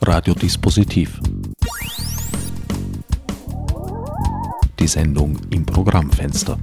Radiodispositiv. Die Sendung im Programmfenster.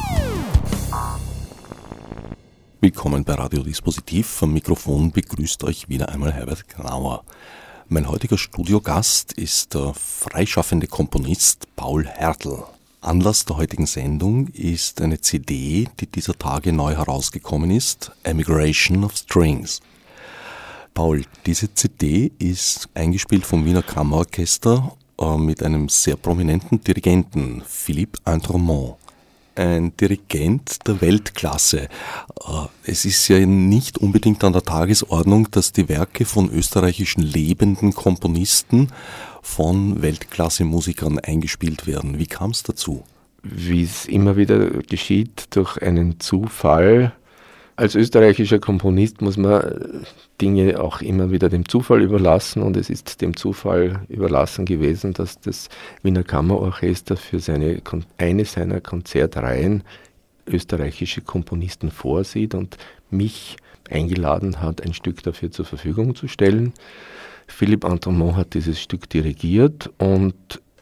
Willkommen bei Radiodispositiv. Am Mikrofon begrüßt euch wieder einmal Herbert Grauer. Mein heutiger Studiogast ist der freischaffende Komponist Paul Hertel. Anlass der heutigen Sendung ist eine CD, die dieser Tage neu herausgekommen ist, Emigration of Strings. Paul, diese CD ist eingespielt vom Wiener Kammerorchester mit einem sehr prominenten Dirigenten, Philippe Intromont. Ein Dirigent der Weltklasse. Es ist ja nicht unbedingt an der Tagesordnung, dass die Werke von österreichischen lebenden Komponisten von Weltklasse-Musikern eingespielt werden. Wie kam es dazu? Wie es immer wieder geschieht, durch einen Zufall. Als österreichischer Komponist muss man Dinge auch immer wieder dem Zufall überlassen, und es ist dem Zufall überlassen gewesen, dass das Wiener Kammerorchester für eine seiner Konzertreihen österreichische Komponisten vorsieht und mich eingeladen hat, ein Stück dafür zur Verfügung zu stellen. Philippe Intromont hat dieses Stück dirigiert und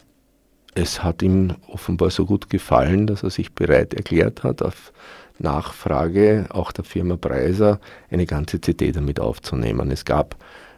es hat ihm offenbar so gut gefallen, dass er sich bereit erklärt hat, auf Nachfrage auch der Firma Preiser eine ganze CD damit aufzunehmen. Es gab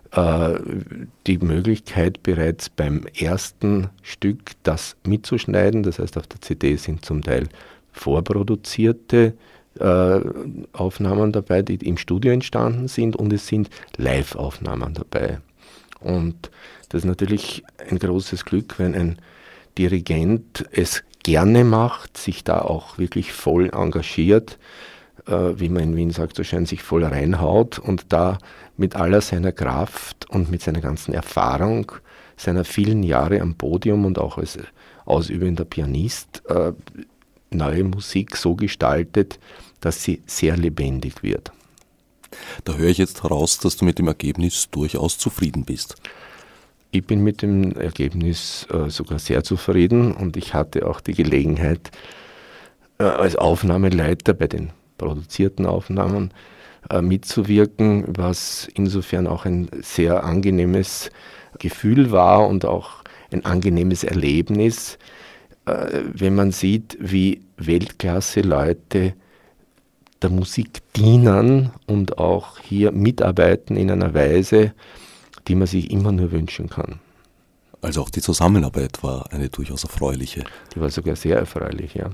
die Möglichkeit, bereits beim ersten Stück das mitzuschneiden. Das heißt, auf der CD sind zum Teil vorproduzierte Aufnahmen dabei, die im Studio entstanden sind, und es sind Live-Aufnahmen dabei. Und das ist natürlich ein großes Glück, wenn ein Dirigent es gerne macht, sich da auch wirklich voll engagiert, wie man in Wien sagt, so schön sich voll reinhaut und da mit aller seiner Kraft und mit seiner ganzen Erfahrung, seiner vielen Jahre am Podium und auch als ausübender Pianist neue Musik so gestaltet, dass sie sehr lebendig wird. Da höre ich jetzt heraus, dass du mit dem Ergebnis durchaus zufrieden bist. Ich bin mit dem Ergebnis sogar sehr zufrieden, und ich hatte auch die Gelegenheit, als Aufnahmeleiter bei den produzierten Aufnahmen mitzuwirken, was insofern auch ein sehr angenehmes Gefühl war und auch ein angenehmes Erlebnis, wenn man sieht, wie Weltklasse-Leute der Musik dienen und auch hier mitarbeiten in einer Weise, die man sich immer nur wünschen kann. Also auch die Zusammenarbeit war eine durchaus erfreuliche. Die war sogar sehr erfreulich, ja.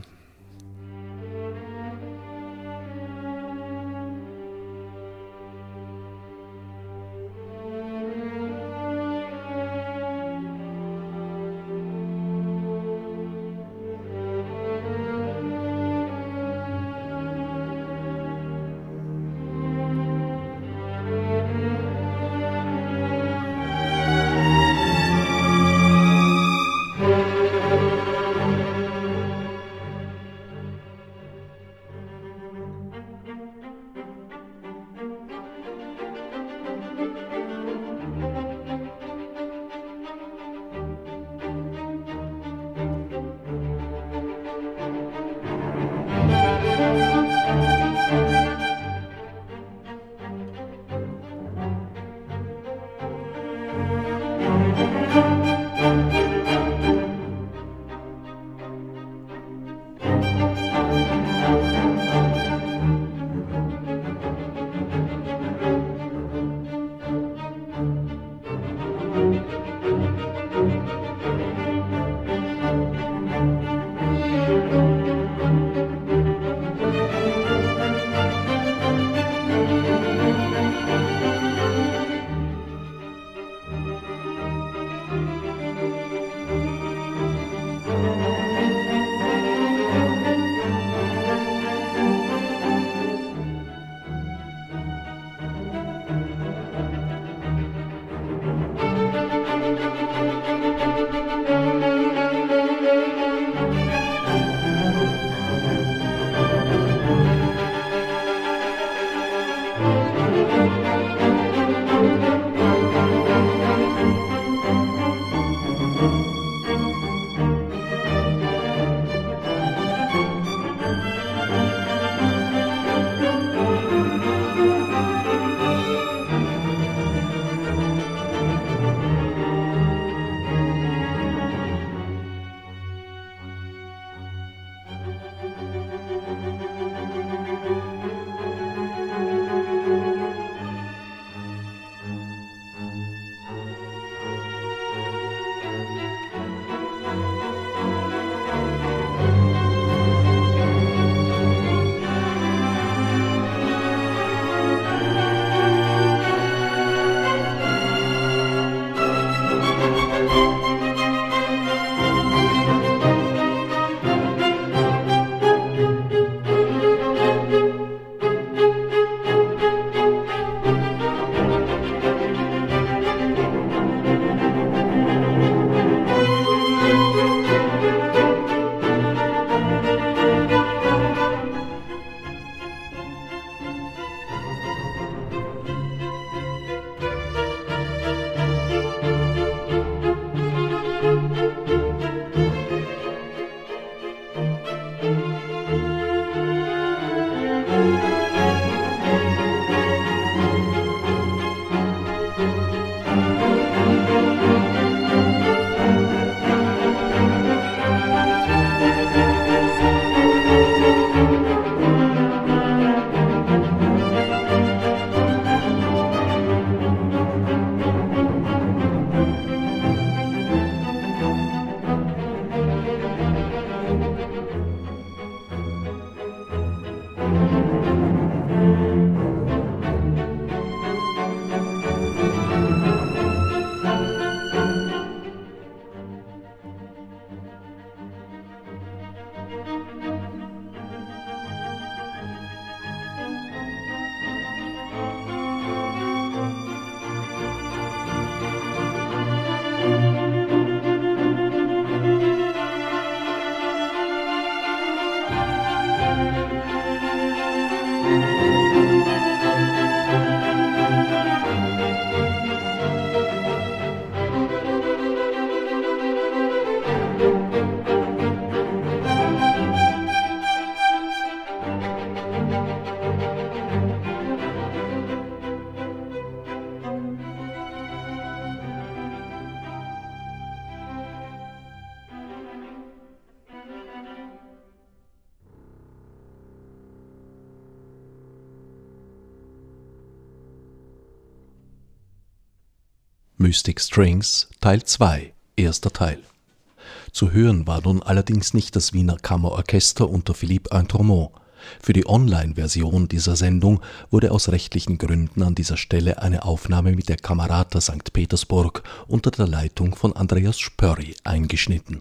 Mystic Strings Teil 2, erster Teil. Zu hören war nun allerdings nicht das Wiener Kammerorchester unter Philippe Intromont. Für die Online-Version dieser Sendung wurde aus rechtlichen Gründen an dieser Stelle eine Aufnahme mit der Camerata St. Petersburg unter der Leitung von Andreas Spörri eingeschnitten.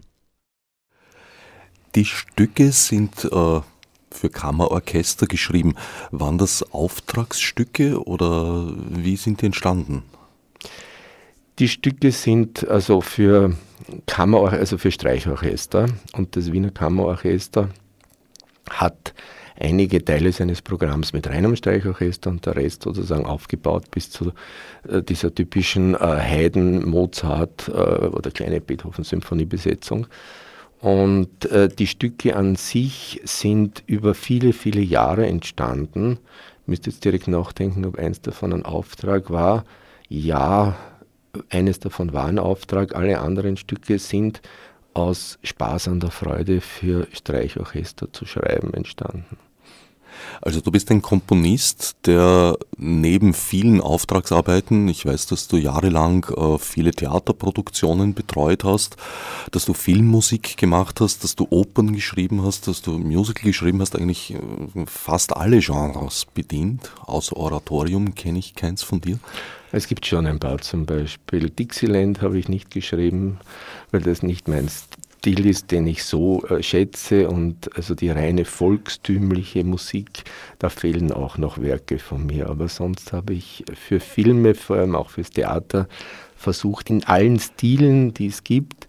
Die Stücke sind für Kammerorchester geschrieben. Waren das Auftragsstücke oder wie sind die entstanden? Die Stücke sind also für für Streichorchester, und das Wiener Kammerorchester hat einige Teile seines Programms mit reinem Streichorchester und der Rest sozusagen aufgebaut bis zu dieser typischen Haydn, Mozart oder kleine Beethoven-Symphoniebesetzung. Und die Stücke an sich sind über viele, viele Jahre entstanden. Ich müsste jetzt direkt nachdenken, ob eins davon ein Auftrag war. Ja, eines davon war ein Auftrag. Alle anderen Stücke sind aus Spaß an der Freude für Streichorchester zu schreiben entstanden. Also du bist ein Komponist, der neben vielen Auftragsarbeiten, ich weiß, dass du jahrelang viele Theaterproduktionen betreut hast, dass du Filmmusik gemacht hast, dass du Opern geschrieben hast, dass du Musical geschrieben hast, eigentlich fast alle Genres bedient. Außer Oratorium kenne ich keins von dir. Es gibt schon ein paar, zum Beispiel Dixieland habe ich nicht geschrieben, weil das nicht mein Stil ist, den ich so schätze, und also die reine volkstümliche Musik, da fehlen auch noch Werke von mir. Aber sonst habe ich für Filme, vor allem auch fürs Theater, versucht, in allen Stilen, die es gibt,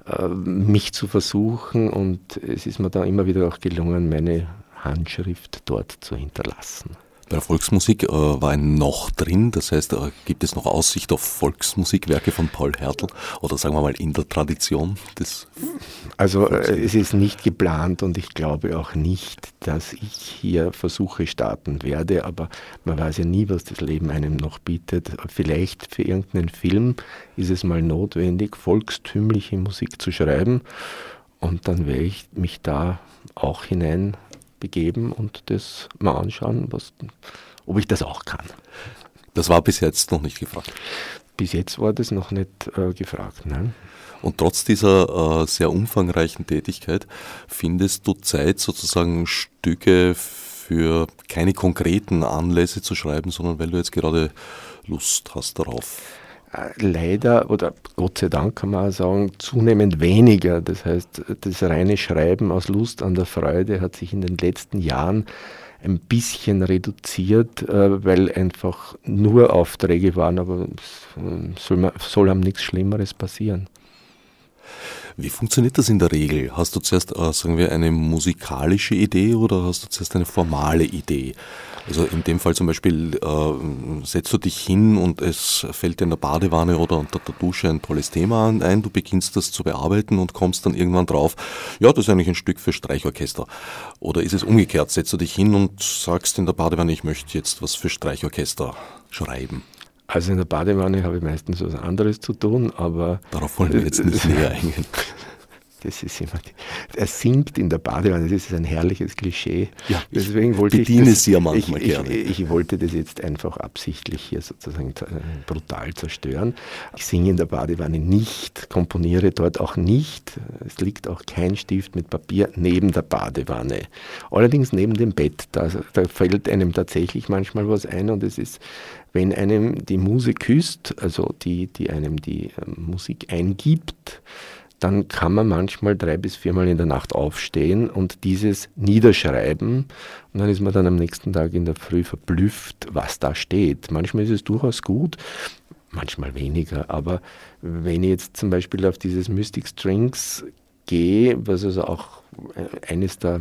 mich zu versuchen, und es ist mir da immer wieder auch gelungen, meine Handschrift dort zu hinterlassen. Bei der Volksmusik war ein Noch drin, das heißt, gibt es noch Aussicht auf Volksmusikwerke von Paul Hertl oder sagen wir mal in der Tradition des Also es ist nicht geplant und ich glaube auch nicht, dass ich hier Versuche starten werde, aber man weiß ja nie, was das Leben einem noch bietet. Vielleicht für irgendeinen Film ist es mal notwendig, volkstümliche Musik zu schreiben, und dann werde ich mich da auch hinein begeben und das mal anschauen, ob ich das auch kann. Das war bis jetzt noch nicht gefragt. Bis jetzt war das noch nicht gefragt. Nein. Und trotz dieser sehr umfangreichen Tätigkeit findest du Zeit, sozusagen Stücke für keine konkreten Anlässe zu schreiben, sondern weil du jetzt gerade Lust hast darauf? Leider, oder Gott sei Dank kann man auch sagen, zunehmend weniger. Das heißt, das reine Schreiben aus Lust an der Freude hat sich in den letzten Jahren ein bisschen reduziert, weil einfach nur Aufträge waren, aber es soll einem nichts Schlimmeres passieren. Wie funktioniert das in der Regel? Hast du zuerst, sagen wir, eine musikalische Idee oder hast du zuerst eine formale Idee? Also in dem Fall zum Beispiel setzt du dich hin und es fällt dir in der Badewanne oder unter der Dusche ein tolles Thema ein, du beginnst das zu bearbeiten und kommst dann irgendwann drauf, ja, das ist eigentlich ein Stück für Streichorchester. Oder ist es umgekehrt, setzt du dich hin und sagst in der Badewanne, ich möchte jetzt was für Streichorchester schreiben? Also in der Badewanne habe ich meistens was anderes zu tun, aber... Darauf wollen wir jetzt nicht näher eingehen. Das ist immer, er singt in der Badewanne, das ist ein herrliches Klischee. Ja, deswegen wollte bediene sie ja manchmal gerne. Ich wollte das jetzt einfach absichtlich hier sozusagen brutal zerstören. Ich singe in der Badewanne nicht, komponiere dort auch nicht. Es liegt auch kein Stift mit Papier neben der Badewanne. Allerdings neben dem Bett, da fällt einem tatsächlich manchmal was ein, und es ist, wenn einem die Muse küsst, also die einem die Musik eingibt, dann kann man manchmal 3 bis 4 Mal in der Nacht aufstehen und dieses niederschreiben, und dann ist man dann am nächsten Tag in der Früh verblüfft, was da steht. Manchmal ist es durchaus gut, manchmal weniger, aber wenn ich jetzt zum Beispiel auf dieses Mystic Strings gehe, was also auch eines der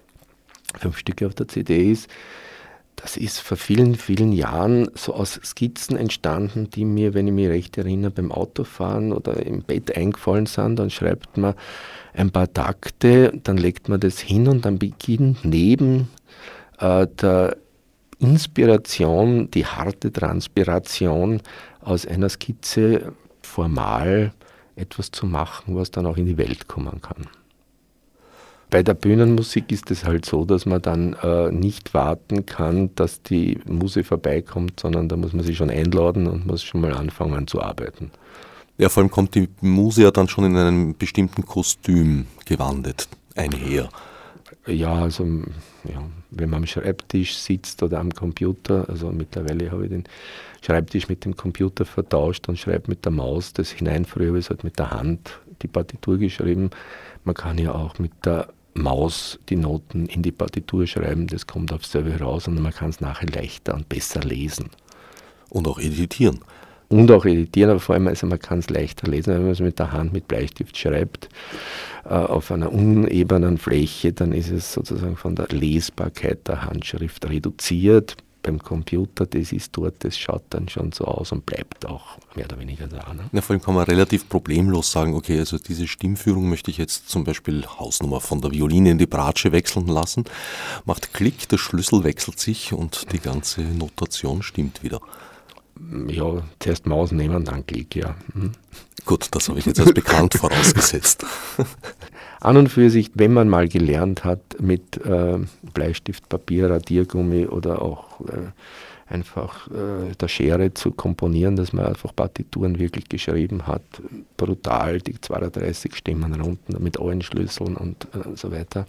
5 Stücke auf der CD ist, das ist vor vielen, vielen Jahren so aus Skizzen entstanden, die mir, wenn ich mich recht erinnere, beim Autofahren oder im Bett eingefallen sind. Dann schreibt man ein paar Takte, dann legt man das hin und dann beginnt neben der Inspiration die harte Transpiration aus einer Skizze formal etwas zu machen, was dann auch in die Welt kommen kann. Bei der Bühnenmusik ist es halt so, dass man dann nicht warten kann, dass die Muse vorbeikommt, sondern da muss man sich schon einladen und muss schon mal anfangen zu arbeiten. Ja, vor allem kommt die Muse ja dann schon in einem bestimmten Kostüm gewandet einher. Ja, also wenn man am Schreibtisch sitzt oder am Computer, also mittlerweile habe ich den Schreibtisch mit dem Computer vertauscht und schreibe mit der Maus das hinein. Früher habe ich halt mit der Hand die Partitur geschrieben. Man kann ja auch mit der Maus die Noten in die Partitur schreiben, das kommt aufs selbe raus und man kann es nachher leichter und besser lesen. Und auch editieren. Aber vor allem, also man kann es leichter lesen, wenn man es mit der Hand mit Bleistift schreibt, auf einer unebenen Fläche, dann ist es sozusagen von der Lesbarkeit der Handschrift reduziert. Beim Computer, das ist dort, das schaut dann schon so aus und bleibt auch mehr oder weniger da. Ne? Ja, vor allem kann man relativ problemlos sagen, okay, also diese Stimmführung möchte ich jetzt zum Beispiel Hausnummer von der Violine in die Bratsche wechseln lassen. Macht Klick, der Schlüssel wechselt sich und die ganze Notation stimmt wieder. Ja, zuerst Maus nehmen, dann Klick, ja. Gut, das habe ich jetzt als bekannt vorausgesetzt. An und für sich, wenn man mal gelernt hat, mit Bleistift, Papier, Radiergummi oder auch einfach der Schere zu komponieren, dass man einfach Partituren wirklich geschrieben hat, brutal, die 32 Stimmen runter mit allen Schlüsseln und so weiter,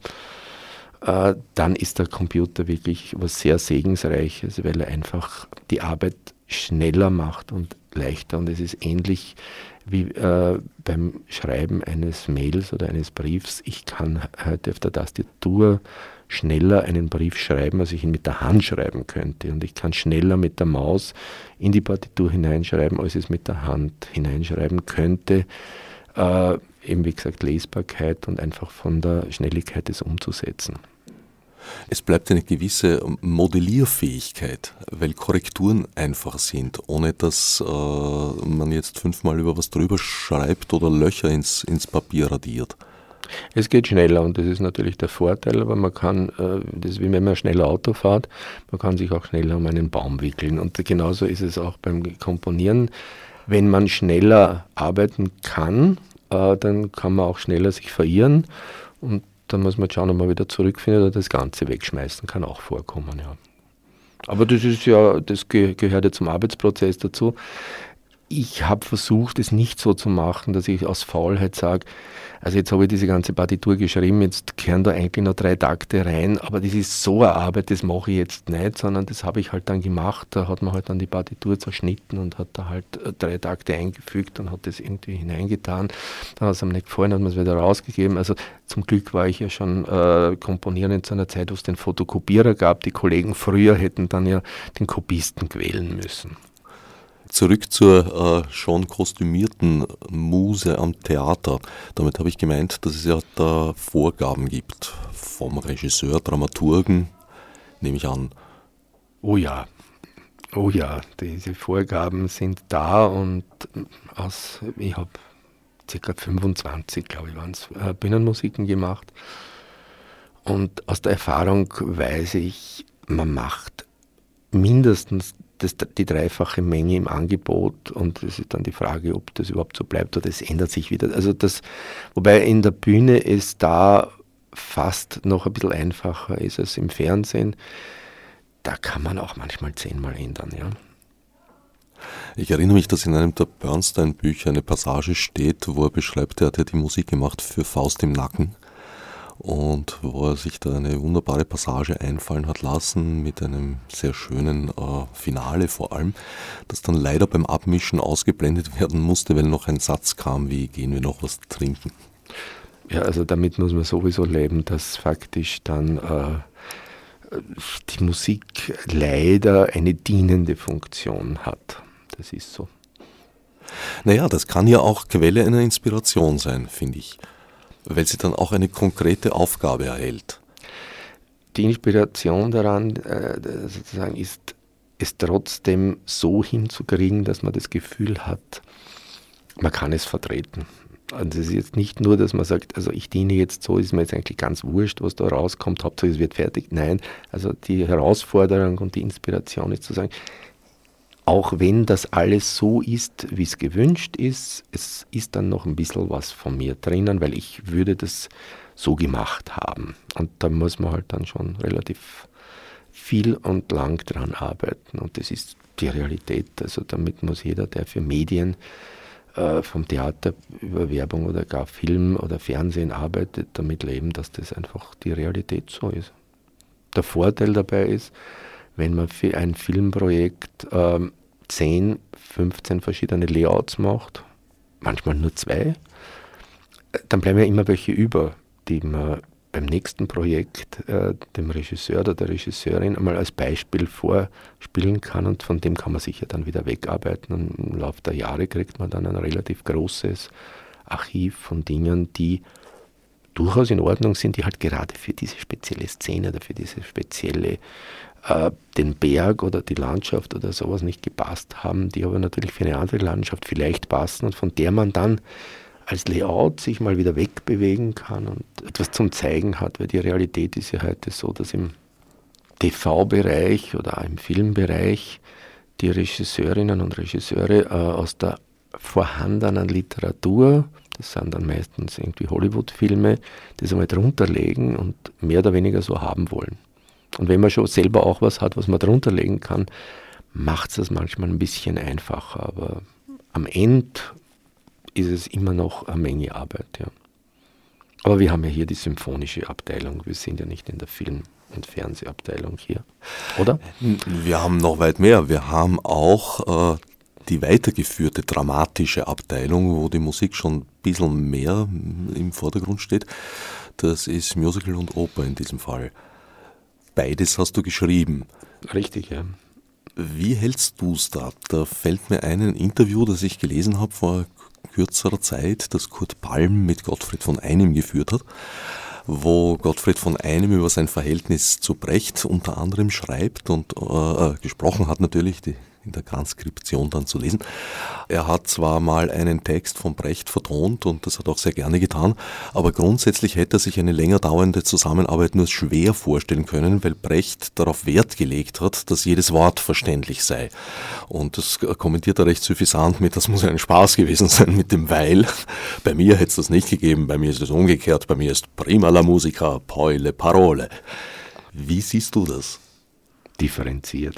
dann ist der Computer wirklich was sehr Segensreiches, weil er einfach die Arbeit schneller macht und leichter. Und es ist ähnlich wie beim Schreiben eines Mails oder eines Briefs. Ich kann heute auf der Tastatur schneller einen Brief schreiben, als ich ihn mit der Hand schreiben könnte. Und ich kann schneller mit der Maus in die Partitur hineinschreiben, als ich es mit der Hand hineinschreiben könnte. Eben wie gesagt Lesbarkeit und einfach von der Schnelligkeit des umzusetzen. Es bleibt eine gewisse Modellierfähigkeit, weil Korrekturen einfach sind, ohne dass man jetzt 5-mal über was drüber schreibt oder Löcher ins Papier radiert. Es geht schneller und das ist natürlich der Vorteil, aber man kann, das ist wie wenn man schneller Auto fährt, man kann sich auch schneller um einen Baum wickeln. Und genauso ist es auch beim Komponieren. Wenn man schneller arbeiten kann, dann kann man auch schneller sich verirren und dann muss man schauen, ob man wieder zurückfindet oder das Ganze wegschmeißen, kann auch vorkommen, ja. Aber das ist ja, das gehört ja zum Arbeitsprozess dazu. Ich habe versucht, es nicht so zu machen, dass ich aus Faulheit sage, also jetzt habe ich diese ganze Partitur geschrieben, jetzt gehören da eigentlich noch 3 Takte rein, aber das ist so eine Arbeit, das mache ich jetzt nicht, sondern das habe ich halt dann gemacht, da hat man halt dann die Partitur zerschnitten und hat da halt 3 Takte eingefügt und hat das irgendwie hineingetan, dann hat es einem nicht gefallen, hat man es wieder rausgegeben, also zum Glück war ich ja schon komponieren in so einer Zeit, wo es den Fotokopierer gab, die Kollegen früher hätten dann ja den Kopisten quälen müssen. Zurück zur schon kostümierten Muse am Theater. Damit habe ich gemeint, dass es ja da Vorgaben gibt vom Regisseur, Dramaturgen, nehme ich an. Oh ja, diese Vorgaben sind da und ich habe ca. 25, glaube ich, waren es, Bühnenmusiken gemacht. Und aus der Erfahrung weiß ich, man macht mindestens die 3-fache Menge im Angebot und es ist dann die Frage, ob das überhaupt so bleibt oder es ändert sich wieder. Also wobei in der Bühne es da fast noch ein bisschen einfacher ist als im Fernsehen, da kann man auch manchmal 10-mal ändern, ja. Ich erinnere mich, dass in einem der Bernstein-Bücher eine Passage steht, wo er beschreibt, er hat ja die Musik gemacht für Faust im Nacken. Und wo er sich da eine wunderbare Passage einfallen hat lassen, mit einem sehr schönen Finale vor allem, das dann leider beim Abmischen ausgeblendet werden musste, weil noch ein Satz kam, wie gehen wir noch was trinken. Ja, also damit muss man sowieso leben, dass faktisch dann die Musik leider eine dienende Funktion hat. Das ist so. Naja, das kann ja auch Quelle einer Inspiration sein, finde ich. Weil sie dann auch eine konkrete Aufgabe erhält. Die Inspiration daran sozusagen ist, es trotzdem so hinzukriegen, dass man das Gefühl hat, man kann es vertreten. Also es ist jetzt nicht nur, dass man sagt, also ich diene jetzt so, ist mir jetzt eigentlich ganz wurscht, was da rauskommt, Hauptsache es wird fertig. Nein, also die Herausforderung und die Inspiration ist zu sagen, auch wenn das alles so ist, wie es gewünscht ist, es ist dann noch ein bisschen was von mir drinnen, weil ich würde das so gemacht haben. Und da muss man halt dann schon relativ viel und lang dran arbeiten. Und das ist die Realität. Also damit muss jeder, der für Medien vom Theater über Werbung oder gar Film oder Fernsehen arbeitet, damit leben, dass das einfach die Realität so ist. Der Vorteil dabei ist, wenn man für ein Filmprojekt 10, 15 verschiedene Layouts macht, manchmal nur 2, dann bleiben ja immer welche über, die man beim nächsten Projekt dem Regisseur oder der Regisseurin einmal als Beispiel vorspielen kann, und von dem kann man sich ja dann wieder wegarbeiten, und im Laufe der Jahre kriegt man dann ein relativ großes Archiv von Dingen, die durchaus in Ordnung sind, die halt gerade für diese spezielle Szene oder für diese spezielle den Berg oder die Landschaft oder sowas nicht gepasst haben, die aber natürlich für eine andere Landschaft vielleicht passen und von der man dann als Layout sich mal wieder wegbewegen kann und etwas zum Zeigen hat, weil die Realität ist ja heute so, dass im TV-Bereich oder im Filmbereich die Regisseurinnen und Regisseure aus der vorhandenen Literatur, das sind dann meistens irgendwie Hollywood-Filme, das einmal drunter legen und mehr oder weniger so haben wollen. Und wenn man schon selber auch was hat, was man drunter legen kann, macht es das manchmal ein bisschen einfacher, aber am Ende ist es immer noch eine Menge Arbeit. Ja. Aber wir haben ja hier die symphonische Abteilung, wir sind ja nicht in der Film- und Fernsehabteilung hier, oder? Wir haben noch weit mehr, wir haben auch die weitergeführte dramatische Abteilung, wo die Musik schon ein bisschen mehr im Vordergrund steht. Das ist Musical und Oper in diesem Fall. Beides hast du geschrieben. Richtig, ja. Wie hältst du es da? Da fällt mir ein Interview, das ich gelesen habe vor kürzerer Zeit, das Kurt Palm mit Gottfried von Einem geführt hat, wo Gottfried von Einem über sein Verhältnis zu Brecht unter anderem schreibt und gesprochen hat natürlich, in der Transkription dann zu lesen. Er hat zwar mal einen Text von Brecht vertont und das hat er auch sehr gerne getan, aber grundsätzlich hätte er sich eine länger dauernde Zusammenarbeit nur schwer vorstellen können, weil Brecht darauf Wert gelegt hat, dass jedes Wort verständlich sei. Und das kommentiert er recht suffisant mit, das muss ja ein Spaß gewesen sein mit dem Weil. Bei mir hätte es das nicht gegeben, bei mir ist es umgekehrt, bei mir ist prima la musica, poi le parole. Wie siehst du das? Differenziert.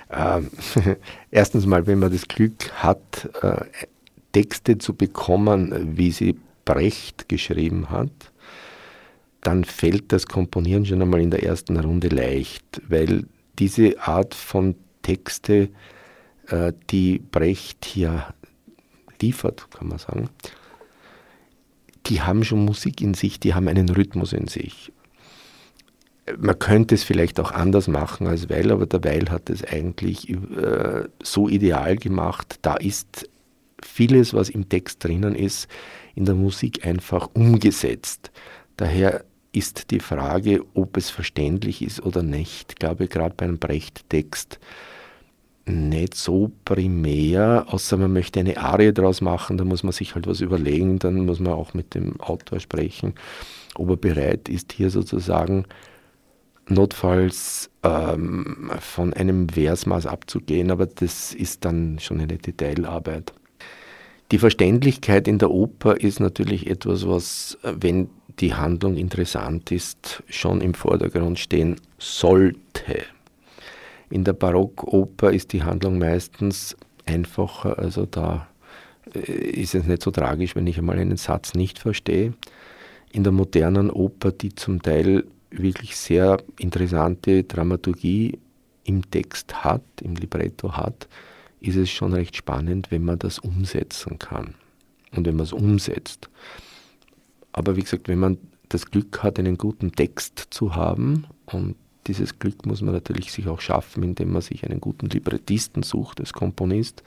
Erstens mal, wenn man das Glück hat, Texte zu bekommen, wie sie Brecht geschrieben hat, dann fällt das Komponieren schon einmal in der ersten Runde leicht, weil diese Art von Texte, die Brecht hier liefert, kann man sagen, die haben schon Musik in sich, die haben einen Rhythmus in sich. Man könnte es vielleicht auch anders machen als Weil, aber der Weil hat es eigentlich so ideal gemacht. Da ist vieles, was im Text drinnen ist, in der Musik einfach umgesetzt. Daher ist die Frage, ob es verständlich ist oder nicht, ich glaube, gerade bei einem Brecht-Text nicht so primär, außer man möchte eine Arie draus machen, da muss man sich halt was überlegen, dann muss man auch mit dem Autor sprechen, ob er bereit ist, hier sozusagen notfalls von einem Versmaß abzugehen, aber das ist dann schon eine Detailarbeit. Die Verständlichkeit in der Oper ist natürlich etwas, was, wenn die Handlung interessant ist, schon im Vordergrund stehen sollte. In der Barockoper ist die Handlung meistens einfacher, also da ist es nicht so tragisch, wenn ich einmal einen Satz nicht verstehe. In der modernen Oper, die zum Teil wirklich sehr interessante Dramaturgie im Text hat, im Libretto hat, ist es schon recht spannend, wenn man das umsetzen kann und wenn man es umsetzt. Aber wie gesagt, wenn man das Glück hat, einen guten Text zu haben, und dieses Glück muss man natürlich sich auch schaffen, indem man sich einen guten Librettisten sucht als Komponist,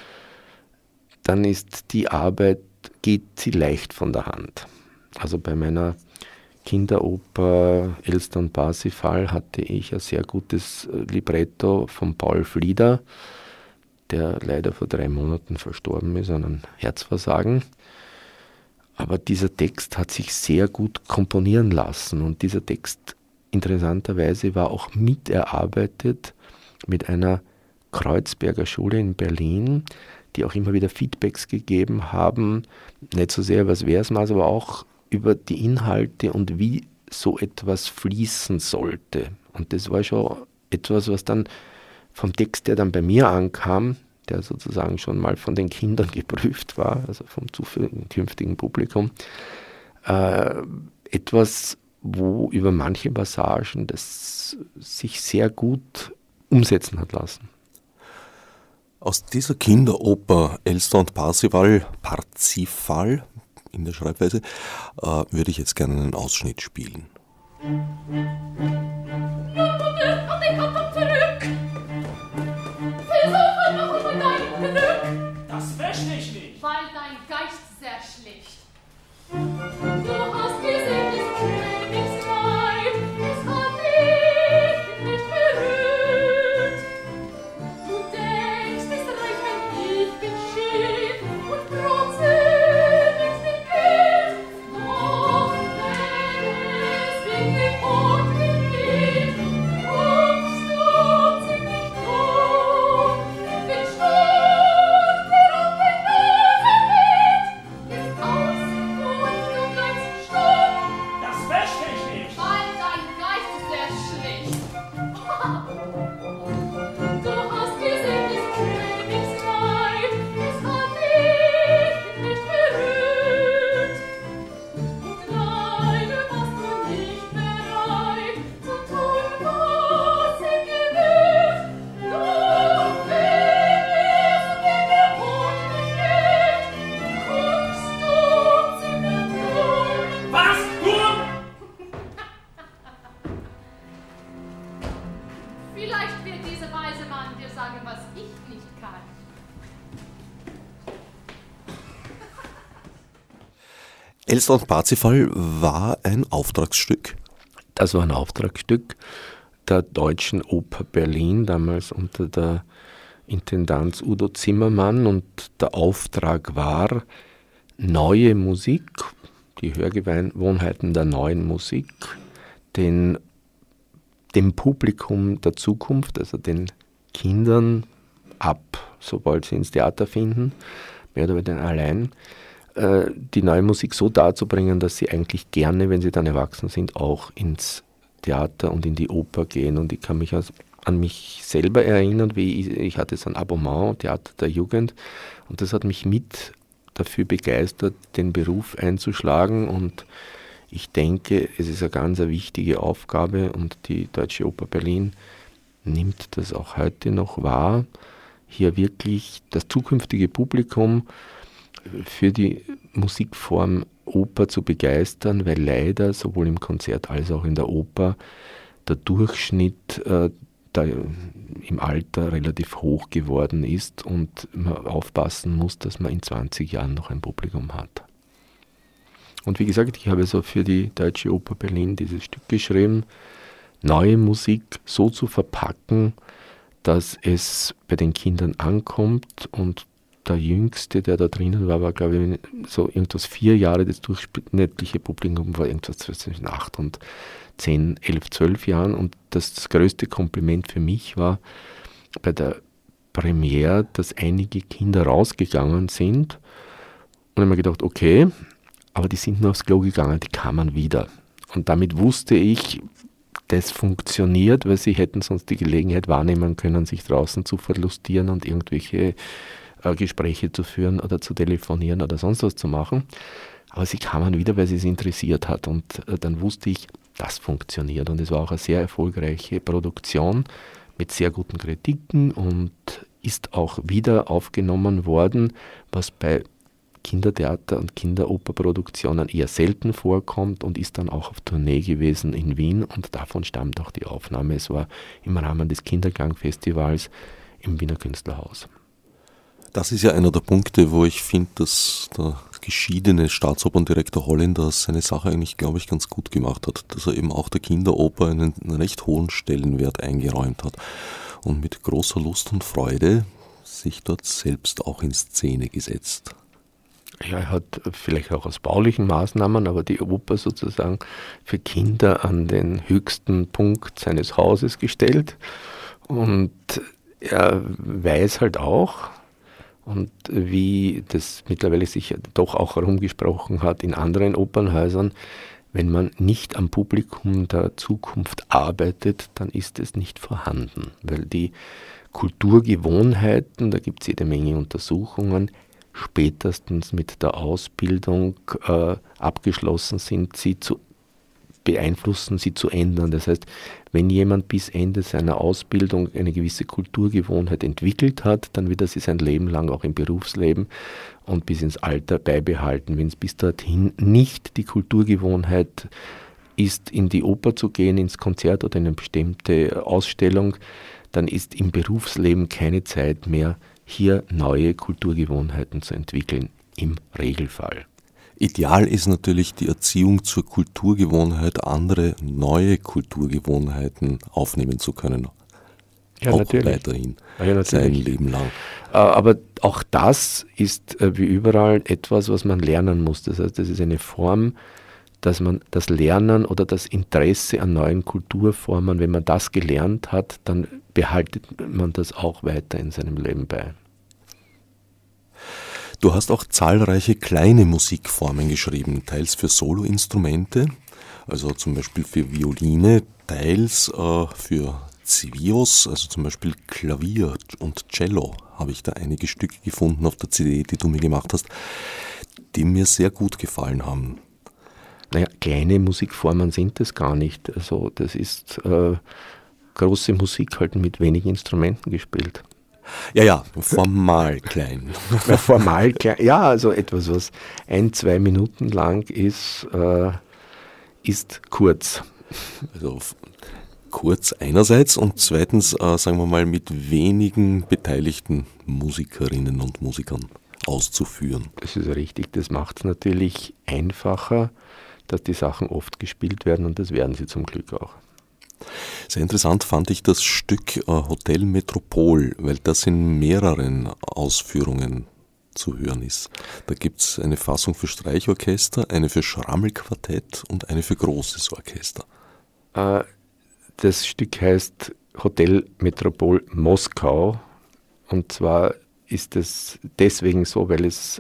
dann ist die Arbeit, geht sie leicht von der Hand. Also bei meiner Kinderoper Elster und Parsifal hatte ich ein sehr gutes Libretto von Paul Flieder, der leider vor 3 Monaten verstorben ist an einem Herzversagen. Aber dieser Text hat sich sehr gut komponieren lassen und dieser Text interessanterweise war auch miterarbeitet mit einer Kreuzberger Schule in Berlin, die auch immer wieder Feedbacks gegeben haben, nicht so sehr über das Versmaß, aber auch über die Inhalte und wie so etwas fließen sollte. Und das war schon etwas, was dann vom Text, der dann bei mir ankam, der sozusagen schon mal von den Kindern geprüft war, also vom zukünftigen Publikum, etwas, wo über manche Passagen das sich sehr gut umsetzen hat lassen. Aus dieser Kinderoper Elster und Parsifal in der Schreibweise, würde ich jetzt gerne einen Ausschnitt spielen. Das möchte ich nicht. Weil dein Geist sehr schlicht. Du hast gesehen des Königs Leib, es hat dich nicht berührt. Du denkst, es reicht, wenn ich bin schief und trotzdem nicht geht. Doch wenn es wie Gebot geht, kommst du ziemlich doof. Wenn Sturm dir auf den Nase weht, ist aus und du bleibst stumm. Das möchte ich nicht. Weil dein Geist ist sehr schlicht. Du hast gesehen des Königs Leib, es hat dich nicht berührt. Und leider warst du nicht bereit, zu tun, was er gewährt. Doch wenn es dir Gebot besteht, guckst du ziemlich dumm. Was? Dumm? Vielleicht wird dieser weise Mann dir sagen, was ich nicht kann. Elster und Parsifal war ein Auftragsstück. Das war ein Auftragsstück der Deutschen Oper Berlin, damals unter der Intendanz Udo Zimmermann, und der Auftrag war neue Musik, die Hörgewohnheiten der neuen Musik, dem Publikum der Zukunft, also den Kindern sobald sie ins Theater finden, mehr oder weniger allein, die neue Musik so darzubringen, dass sie eigentlich gerne, wenn sie dann erwachsen sind, auch ins Theater und in die Oper gehen. Und ich kann mich an mich selber erinnern, wie ich hatte so ein Abonnement, Theater der Jugend, und das hat mich mit dafür begeistert, den Beruf einzuschlagen. Und ich denke, es ist eine ganz wichtige Aufgabe, und die Deutsche Oper Berlin nimmt das auch heute noch wahr, hier wirklich das zukünftige Publikum für die Musikform Oper zu begeistern, weil leider sowohl im Konzert als auch in der Oper der Durchschnitt im Alter relativ hoch geworden ist und man aufpassen muss, dass man in 20 Jahren noch ein Publikum hat. Und wie gesagt, ich habe so für die Deutsche Oper Berlin dieses Stück geschrieben, neue Musik so zu verpacken, dass es bei den Kindern ankommt. Und der Jüngste, der da drinnen war, glaube ich, so irgendwas 4 Jahre. Das durchschnittliche Publikum war irgendwas zwischen 8 und 10, 11, 12 Jahren. Und das größte Kompliment für mich war bei der Premiere, dass einige Kinder rausgegangen sind. Und ich habe mir gedacht, okay, aber die sind nur aufs Klo gegangen, die kamen wieder. Und damit wusste ich, das funktioniert, weil sie hätten sonst die Gelegenheit wahrnehmen können, sich draußen zu verlustieren und irgendwelche Gespräche zu führen oder zu telefonieren oder sonst was zu machen. Aber sie kamen wieder, weil sie es interessiert hat. Und dann wusste ich, das funktioniert. Und es war auch eine sehr erfolgreiche Produktion mit sehr guten Kritiken und ist auch wieder aufgenommen worden, was bei Kindertheater- und Kinderoperproduktionen eher selten vorkommt, und ist dann auch auf Tournee gewesen in Wien, und davon stammt auch die Aufnahme. Es war im Rahmen des Kinderklangfestivals im Wiener Künstlerhaus. Das ist ja einer der Punkte, wo ich finde, dass der geschiedene Staatsoperndirektor Holländer seine Sache eigentlich, glaube ich, ganz gut gemacht hat, dass er eben auch der Kinderoper einen recht hohen Stellenwert eingeräumt hat und mit großer Lust und Freude sich dort selbst auch in Szene gesetzt. Ja, er hat vielleicht auch aus baulichen Maßnahmen, aber die Oper sozusagen für Kinder an den höchsten Punkt seines Hauses gestellt. Und er weiß halt auch, und wie das mittlerweile sich doch auch herumgesprochen hat in anderen Opernhäusern, wenn man nicht am Publikum der Zukunft arbeitet, dann ist es nicht vorhanden, weil die Kulturgewohnheiten, da gibt es jede Menge Untersuchungen, spätestens mit der Ausbildung abgeschlossen sind, sie zu beeinflussen, sie zu ändern. Das heißt, wenn jemand bis Ende seiner Ausbildung eine gewisse Kulturgewohnheit entwickelt hat, dann wird er sie sein Leben lang auch im Berufsleben und bis ins Alter beibehalten. Wenn es bis dorthin nicht die Kulturgewohnheit ist, in die Oper zu gehen, ins Konzert oder in eine bestimmte Ausstellung, dann ist im Berufsleben keine Zeit mehr, hier neue Kulturgewohnheiten zu entwickeln, im Regelfall. Ideal ist natürlich die Erziehung zur Kulturgewohnheit, andere neue Kulturgewohnheiten aufnehmen zu können. Ja, auch natürlich. Weiterhin, ja, sein Leben lang. Aber auch das ist wie überall etwas, was man lernen muss. Das heißt, das ist eine Form, dass man das Lernen oder das Interesse an neuen Kulturformen, wenn man das gelernt hat, dann behaltet man das auch weiter in seinem Leben bei. Du hast auch zahlreiche kleine Musikformen geschrieben, teils für Soloinstrumente, also zum Beispiel für Violine, teils für Zvios, also zum Beispiel Klavier und Cello, habe ich da einige Stücke gefunden auf der CD, die du mir gemacht hast, die mir sehr gut gefallen haben. Naja, kleine Musikformen sind das gar nicht. Also das ist große Musik halt mit wenigen Instrumenten gespielt. Ja, formal klein. Formal klein, ja, also etwas, was 1-2 Minuten lang ist, ist kurz. Also kurz einerseits und zweitens, sagen wir mal, mit wenigen beteiligten Musikerinnen und Musikern auszuführen. Das ist richtig, das macht es natürlich einfacher, dass die Sachen oft gespielt werden und das werden sie zum Glück auch. Sehr interessant fand ich das Stück Hotel Metropol, weil das in mehreren Ausführungen zu hören ist. Da gibt es eine Fassung für Streichorchester, eine für Schrammelquartett und eine für großes Orchester. Das Stück heißt Hotel Metropol Moskau und zwar ist es deswegen so, weil es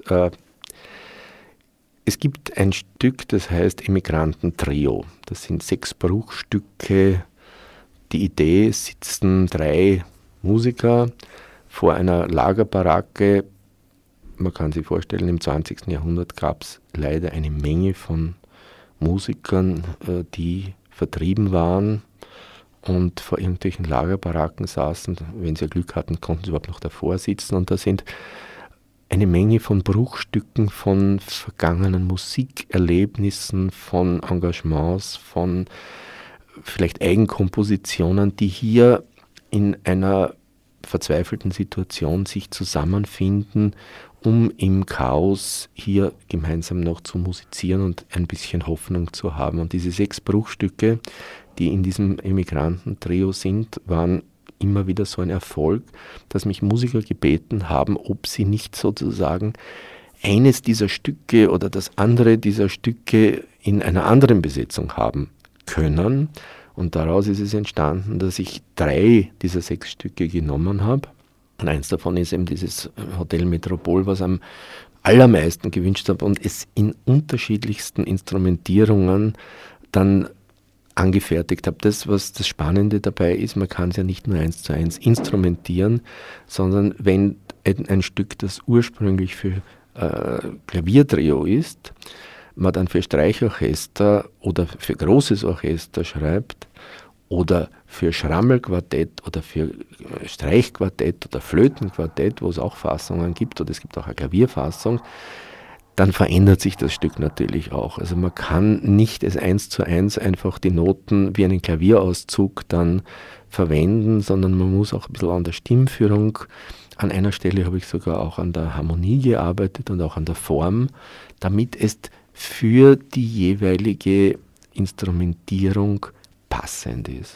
gibt ein Stück, das heißt Emigranten-Trio. Das sind 6 Bruchstücke. Die Idee, sitzen 3 Musiker vor einer Lagerbaracke. Man kann sich vorstellen, im 20. Jahrhundert gab es leider eine Menge von Musikern, die vertrieben waren und vor irgendwelchen Lagerbaracken saßen. Wenn sie Glück hatten, konnten sie überhaupt noch davor sitzen. Und da sind eine Menge von Bruchstücken, von vergangenen Musikerlebnissen, von Engagements, von vielleicht Eigenkompositionen, die hier in einer verzweifelten Situation sich zusammenfinden, um im Chaos hier gemeinsam noch zu musizieren und ein bisschen Hoffnung zu haben. Und diese 6 Bruchstücke, die in diesem Emigranten-Trio sind, waren immer wieder so ein Erfolg, dass mich Musiker gebeten haben, ob sie nicht sozusagen eines dieser Stücke oder das andere dieser Stücke in einer anderen Besetzung haben können. Und daraus ist es entstanden, dass ich 3 dieser 6 Stücke genommen habe. Und eins davon ist eben dieses Hotel Metropol, was am allermeisten gewünscht habe und es in unterschiedlichsten Instrumentierungen dann angefertigt habe. Das, was das Spannende dabei ist, man kann es ja nicht nur 1:1 instrumentieren, sondern wenn ein Stück, das ursprünglich für Klaviertrio ist, man dann für Streichorchester oder für großes Orchester schreibt oder für Schrammelquartett oder für Streichquartett oder Flötenquartett, wo es auch Fassungen gibt oder es gibt auch eine Klavierfassung, dann verändert sich das Stück natürlich auch. Also man kann nicht es 1:1 einfach die Noten wie einen Klavierauszug dann verwenden, sondern man muss auch ein bisschen an der Stimmführung. An einer Stelle habe ich sogar auch an der Harmonie gearbeitet und auch an der Form, damit es für die jeweilige Instrumentierung passend ist.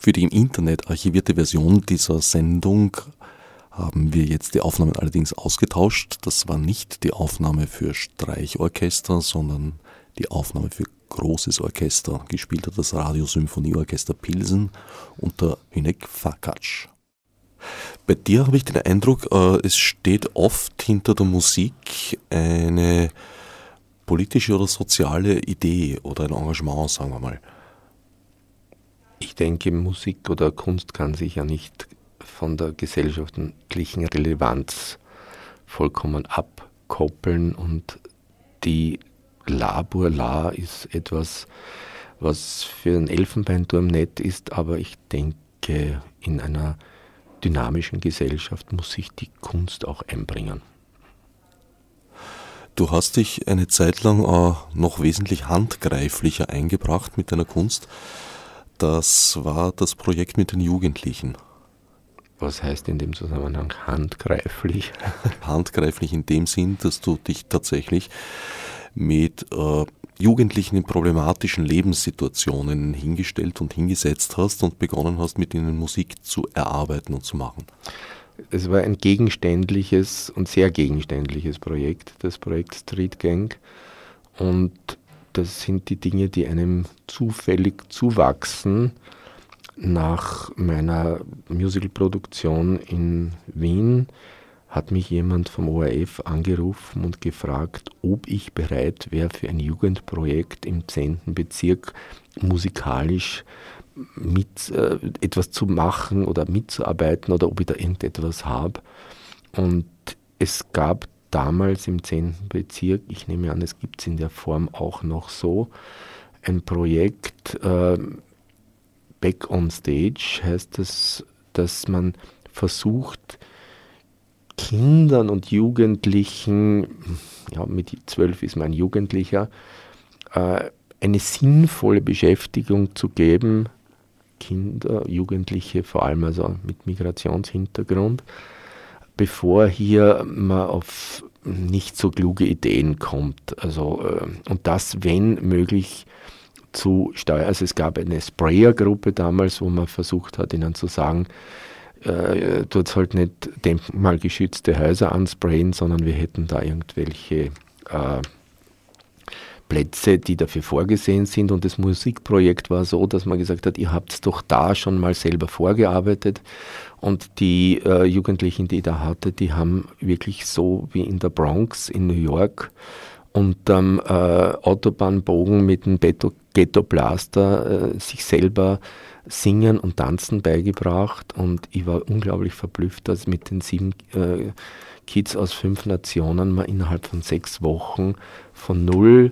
Für die im Internet archivierte Version dieser Sendung haben wir jetzt die Aufnahmen allerdings ausgetauscht. Das war nicht die Aufnahme für Streichorchester, sondern die Aufnahme für großes Orchester. Gespielt hat das Radiosymphonieorchester Pilsen unter Hynek Fakács. Bei dir habe ich den Eindruck, es steht oft hinter der Musik eine politische oder soziale Idee oder ein Engagement, sagen wir mal. Ich denke, Musik oder Kunst kann sich ja nicht von der gesellschaftlichen Relevanz vollkommen abkoppeln, und die La pour La ist etwas, was für einen Elfenbeinturm nett ist, aber ich denke, in einer dynamischen Gesellschaft muss sich die Kunst auch einbringen. Du hast dich eine Zeit lang noch wesentlich handgreiflicher eingebracht mit deiner Kunst. Das war das Projekt mit den Jugendlichen. Was heißt in dem Zusammenhang handgreiflich? Handgreiflich in dem Sinn, dass du dich tatsächlich mit Jugendlichen in problematischen Lebenssituationen hingestellt und hingesetzt hast und begonnen hast, mit ihnen Musik zu erarbeiten und zu machen. Es war ein gegenständliches und sehr gegenständliches Projekt, das Projekt Street Gang. Und das sind die Dinge, die einem zufällig zuwachsen. Nach meiner Musicalproduktion in Wien hat mich jemand vom ORF angerufen und gefragt, ob ich bereit wäre, für ein Jugendprojekt im 10. Bezirk musikalisch mit etwas zu machen oder mitzuarbeiten oder ob ich da irgendetwas habe. Und es gab damals im 10. Bezirk, ich nehme an, es gibt es in der Form auch noch so, ein Projekt, Back on Stage heißt es, dass man versucht, Kindern und Jugendlichen, ja, mit 12 ist man ein Jugendlicher, eine sinnvolle Beschäftigung zu geben, Kinder, Jugendliche, vor allem also mit Migrationshintergrund, bevor hier man auf nicht so kluge Ideen kommt. Also, und das, wenn möglich, zu steuern. Also es gab eine Sprayer-Gruppe damals, wo man versucht hat, ihnen zu sagen, dort halt nicht denkmalgeschützte Häuser ansprayen, sondern wir hätten da irgendwelche Plätze, die dafür vorgesehen sind. Und das Musikprojekt war so, dass man gesagt hat, ihr habt es doch da schon mal selber vorgearbeitet. Und die Jugendlichen, die ich da hatte, die haben wirklich so wie in der Bronx in New York unterm Autobahnbogen mit dem Ghetto-Blaster sich selber Singen und Tanzen beigebracht. Und ich war unglaublich verblüfft, dass mit den 7 Kids aus 5 Nationen man innerhalb von 6 Wochen von null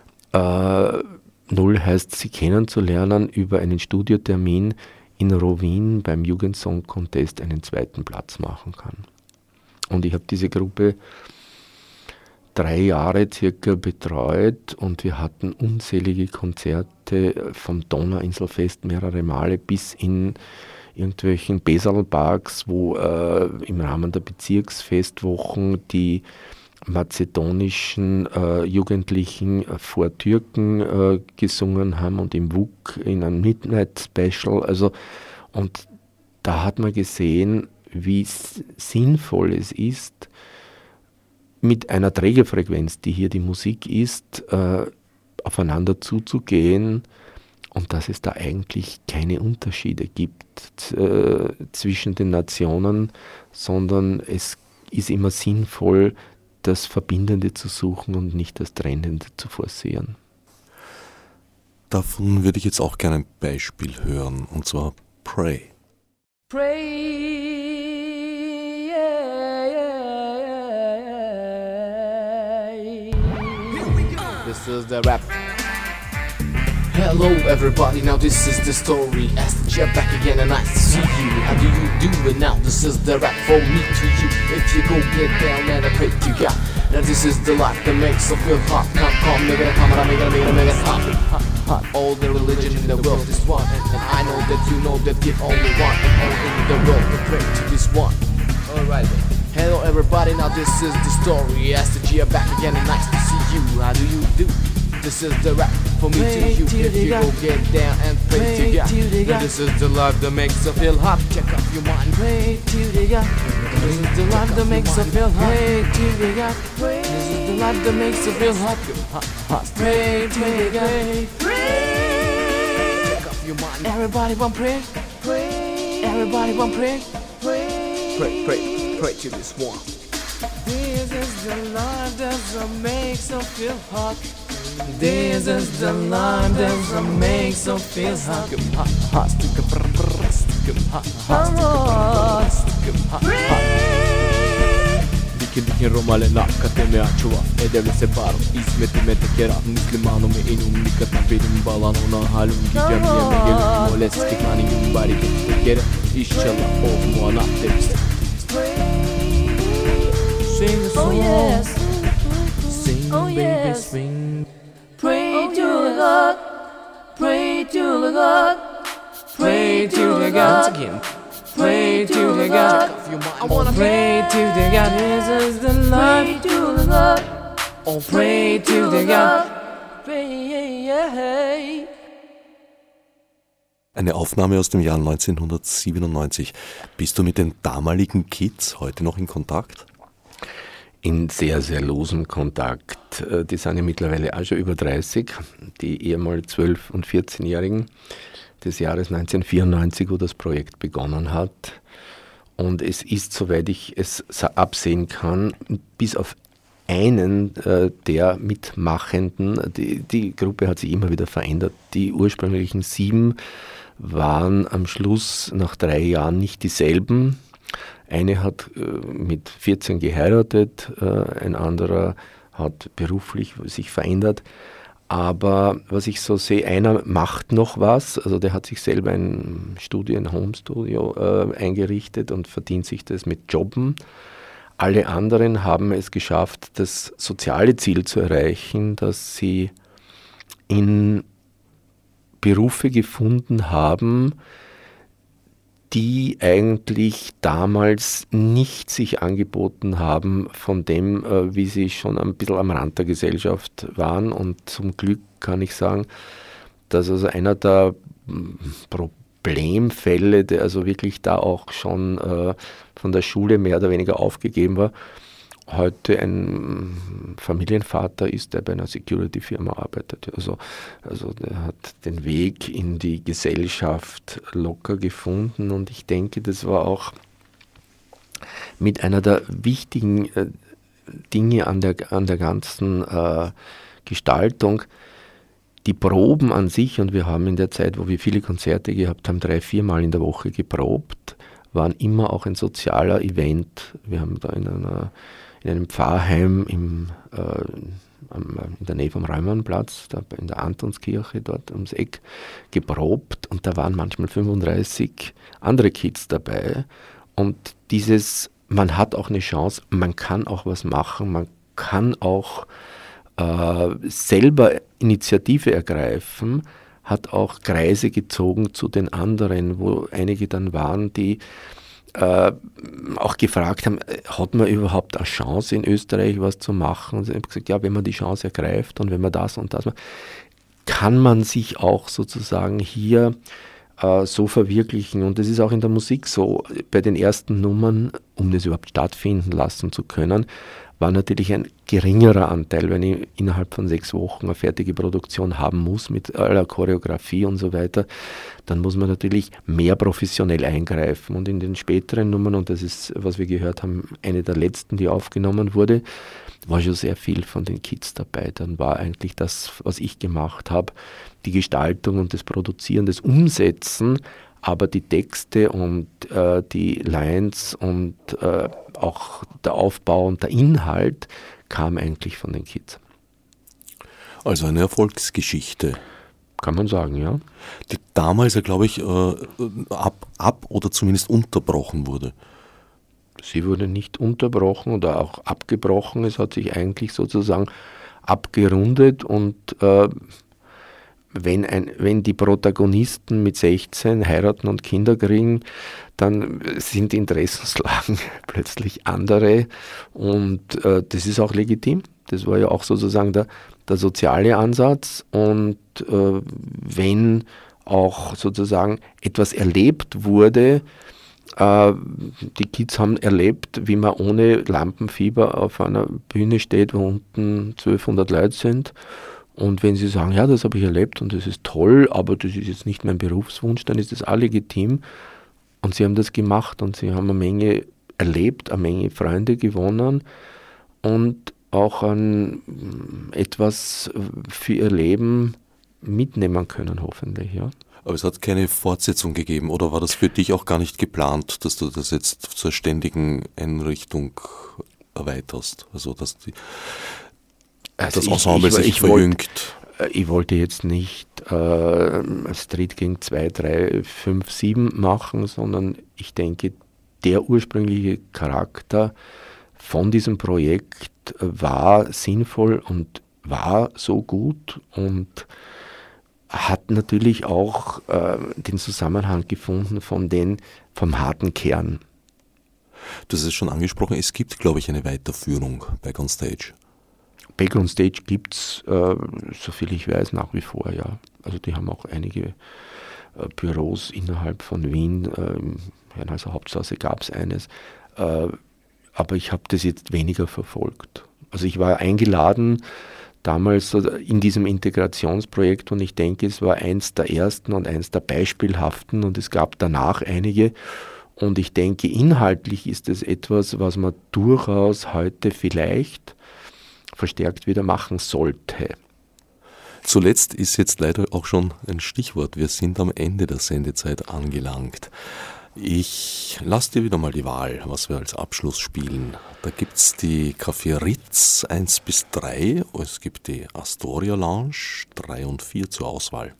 heißt, sie kennenzulernen, über einen Studiotermin in Rovinj beim Jugendsong Contest einen 2. Platz machen kann. Und ich habe diese Gruppe 3 Jahre circa betreut und wir hatten unzählige Konzerte vom Donauinselfest mehrere Male bis in irgendwelchen Besalparks, wo im Rahmen der Bezirksfestwochen die mazedonischen Jugendlichen vor Türken gesungen haben und im WUK in einem Midnight Special. Also, und da hat man gesehen, wie sinnvoll es ist, mit einer Trägerfrequenz, die hier die Musik ist, aufeinander zuzugehen und dass es da eigentlich keine Unterschiede gibt zwischen den Nationen, sondern es ist immer sinnvoll, das Verbindende zu suchen und nicht das Trennende zu forcieren. Davon würde ich jetzt auch gerne ein Beispiel hören, und zwar Pray. Pray, yeah, yeah. This is the rap. Hello everybody, now this is the story. Astrid back again and nice to see you. How do you do it now? This is the rap from me to you. If you go get down and I pray to God. Now this is the life that makes us feel hot. Come, make it hot. All the religion in the world is one. And I know that you know that give only one. And all in the world can pray to this one. Alright then. Hello everybody, now this is the story. Astrid back again and nice to see you. How do you do? This is the rap for me to you. If you go get down and pray to God. Now this is the life that makes you feel hot. Check out your mind. Pray to the God. This is the life that makes you feel hot. Pray to the God. This is the life that makes you feel hot. Hot. Pray to the God. Pray. Check out your mind. Everybody want pray. Pray. Everybody want pray. Pray. Pray. Pray. Pray to this one. This is the life that makes you feel hot. This is the life that makes you feel hot. Hot, stick up, hot, hot, Dikin romale nakate me achua. Edevle se baro, ismeti me tekera. Muslimano me inum nikatan benim balano na halum gidem yeme gelum. Moleski kani yumbari tekera. İnşallah o muana tepsi. Sing a song, sing, baby, swing. Pray to the God, pray to the God, Pray to the God again. Pray to the God. I wanna pray to the God. This is the life. pray to the God, Oh, pray to the God. pray. Eine Aufnahme aus dem Jahr 1997. Bist du mit den damaligen Kids heute noch in Kontakt? In sehr, sehr losem Kontakt. Die sind ja mittlerweile auch schon über 30, die ehemals 12- und 14-Jährigen des Jahres 1994, wo das Projekt begonnen hat. Und es ist, soweit ich es absehen kann, bis auf einen der Mitmachenden, die Gruppe hat sich immer wieder verändert. Die ursprünglichen 7 waren am Schluss nach 3 Jahren nicht dieselben. Eine hat mit 14 geheiratet, ein anderer hat beruflich sich verändert. Aber was ich so sehe, einer macht noch was, also der hat sich selber ein Home-Studio eingerichtet und verdient sich das mit Jobben. Alle anderen haben es geschafft, das soziale Ziel zu erreichen, dass sie in Berufe gefunden haben, die eigentlich damals nicht sich angeboten haben von dem, wie sie schon ein bisschen am Rand der Gesellschaft waren. Und zum Glück kann ich sagen, dass also einer der Problemfälle, der also wirklich da auch schon von der Schule mehr oder weniger aufgegeben war, heute ein Familienvater ist, der bei einer Security-Firma arbeitet. Also der hat den Weg in die Gesellschaft locker gefunden und ich denke, das war auch mit einer der wichtigen Dinge an der ganzen Gestaltung. Die Proben an sich, und wir haben in der Zeit, wo wir viele Konzerte gehabt haben, 3-4 Mal in der Woche geprobt, waren immer auch ein sozialer Event. Wir haben da in einem Pfarrheim in der Nähe vom Reumannplatz, da in der Antonskirche, dort ums Eck, geprobt und da waren manchmal 35 andere Kids dabei. Und man hat auch eine Chance, man kann auch was machen, man kann auch selber Initiative ergreifen, hat auch Kreise gezogen zu den anderen, wo einige dann waren, die auch gefragt haben, hat man überhaupt eine Chance in Österreich was zu machen? Und ich habe gesagt, ja, wenn man die Chance ergreift und wenn man das und das macht, kann man sich auch sozusagen hier so verwirklichen. Und das ist auch in der Musik so. Bei den ersten Nummern, um das überhaupt stattfinden lassen zu können, war natürlich ein geringerer Anteil, wenn ich innerhalb von 6 Wochen eine fertige Produktion haben muss mit aller Choreografie und so weiter, dann muss man natürlich mehr professionell eingreifen. Und in den späteren Nummern, und das ist, was wir gehört haben, eine der letzten, die aufgenommen wurde, war schon sehr viel von den Kids dabei. Dann war eigentlich das, was ich gemacht habe, die Gestaltung und das Produzieren, das Umsetzen, aber die Texte und die Lines und auch der Aufbau und der Inhalt kam eigentlich von den Kids. Also eine Erfolgsgeschichte. Kann man sagen, ja. Die damals ja, glaube ich, ab oder zumindest unterbrochen wurde. Sie wurde nicht unterbrochen oder auch abgebrochen. Es hat sich eigentlich sozusagen abgerundet und wenn die Protagonisten mit 16 heiraten und Kinder kriegen, dann sind die Interessenslagen plötzlich andere und das ist auch legitim. Das war ja auch sozusagen der soziale Ansatz. Und wenn auch sozusagen etwas erlebt wurde, die Kids haben erlebt, wie man ohne Lampenfieber auf einer Bühne steht, wo unten 1200 Leute sind. Und wenn sie sagen, ja, das habe ich erlebt und das ist toll, aber das ist jetzt nicht mein Berufswunsch, dann ist das auch legitim. Und sie haben das gemacht und sie haben eine Menge erlebt, eine Menge Freunde gewonnen und auch etwas für ihr Leben mitnehmen können, hoffentlich, ja. Aber es hat keine Fortsetzung gegeben, oder war das für dich auch gar nicht geplant, dass du das jetzt zur ständigen Einrichtung erweiterst? Also, dass das Ensemble sich verjüngt? Ich wollte jetzt nicht Street King 2, 3, 5, 7 machen, sondern ich denke, der ursprüngliche Charakter von diesem Projekt war sinnvoll und war so gut und hat natürlich auch den Zusammenhang gefunden vom harten Kern. Du hast es schon angesprochen, es gibt, glaube ich, eine Weiterführung Back on Stage. Back on Stage gibt es, soviel ich weiß, nach wie vor, ja. Also die haben auch einige Büros innerhalb von Wien, im Herrenhäuser Hauptstraße gab es eines, aber ich habe das jetzt weniger verfolgt. Also ich war eingeladen damals in diesem Integrationsprojekt und ich denke, es war eins der ersten und eins der beispielhaften und es gab danach einige und ich denke, inhaltlich ist es etwas, was man durchaus heute vielleicht verstärkt wieder machen sollte. Zuletzt ist jetzt leider auch schon ein Stichwort. Wir sind am Ende der Sendezeit angelangt. Ich lasse dir wieder mal die Wahl, was wir als Abschluss spielen. Da gibt es die Café Ritz 1 bis 3, es gibt die Astoria Lounge 3 und 4 zur Auswahl.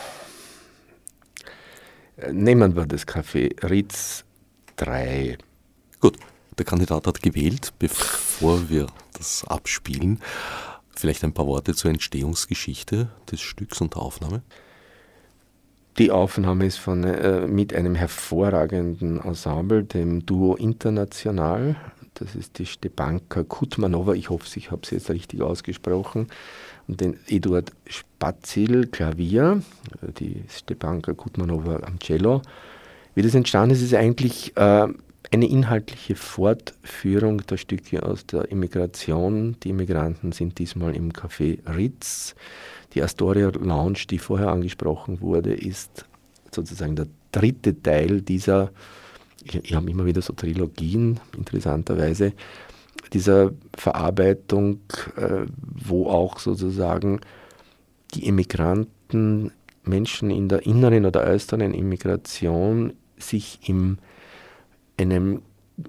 Nehmen wir das Café Ritz 3. Gut, der Kandidat hat gewählt, bevor wir das abspielen. Vielleicht ein paar Worte zur Entstehungsgeschichte des Stücks und der Aufnahme. Die Aufnahme ist mit einem hervorragenden Ensemble, dem Duo International. Das ist die Stepanka Kutmanova, ich hoffe, ich habe es jetzt richtig ausgesprochen, und den Eduard Spazil Klavier, die Stepanka Kutmanova am Cello. Wie das entstanden ist, ist eigentlich eine inhaltliche Fortführung der Stücke aus der Immigration. Die Immigranten sind diesmal im Café Ritz. Die Astoria Lounge, die vorher angesprochen wurde, ist sozusagen der dritte Teil dieser, ich habe immer wieder so Trilogien, interessanterweise, dieser Verarbeitung, wo auch sozusagen die Immigranten, Menschen in der inneren oder äußeren Immigration sich in einer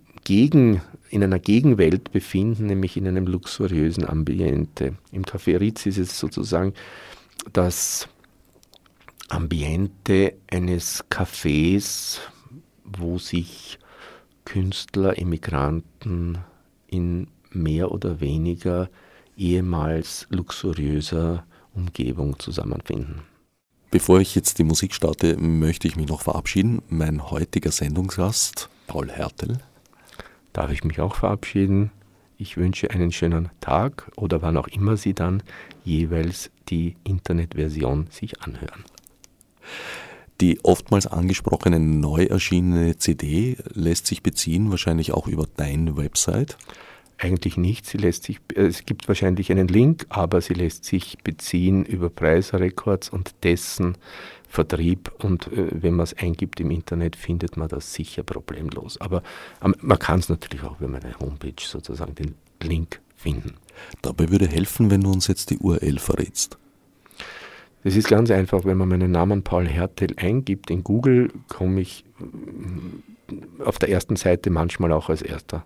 Gegenwelt befinden, nämlich in einem luxuriösen Ambiente. Im Café Ritz ist es sozusagen das Ambiente eines Cafés, wo sich Künstler, Immigranten in mehr oder weniger ehemals luxuriöser Umgebung zusammenfinden. Bevor ich jetzt die Musik starte, möchte ich mich noch verabschieden. Mein heutiger Sendungsgast, Paul Hertel. Darf ich mich auch verabschieden? Ich wünsche einen schönen Tag oder wann auch immer Sie dann jeweils die Internetversion sich anhören. Die oftmals angesprochene neu erschienene CD lässt sich beziehen, wahrscheinlich auch über deine Website? Eigentlich nicht. Es gibt wahrscheinlich einen Link, aber sie lässt sich beziehen über Preiser Records und dessen Vertrieb. Und wenn man es eingibt im Internet, findet man das sicher problemlos. Aber man kann es natürlich auch über meine Homepage sozusagen den Link finden. Dabei würde helfen, wenn du uns jetzt die URL verrätst. Das ist ganz einfach, wenn man meinen Namen Paul Hertel eingibt in Google, komme ich auf der ersten Seite manchmal auch als erster.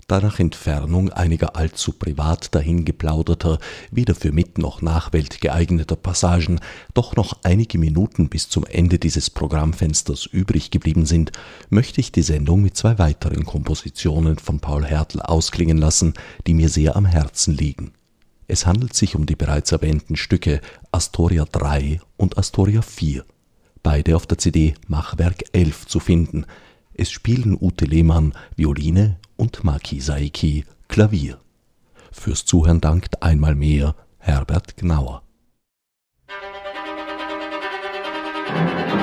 Da nach Entfernung einiger allzu privat dahingeplauderter, weder für Mit- noch Nachwelt geeigneter Passagen doch noch einige Minuten bis zum Ende dieses Programmfensters übrig geblieben sind, möchte ich die Sendung mit 2 weiteren Kompositionen von Paul Hertl ausklingen lassen, die mir sehr am Herzen liegen. Es handelt sich um die bereits erwähnten Stücke Astoria 3 und Astoria 4, beide auf der CD Machwerk 11 zu finden. Es spielen Ute Lehmann Violine und Maki Saiki Klavier. Fürs Zuhören dankt einmal mehr Herbert Gnauer.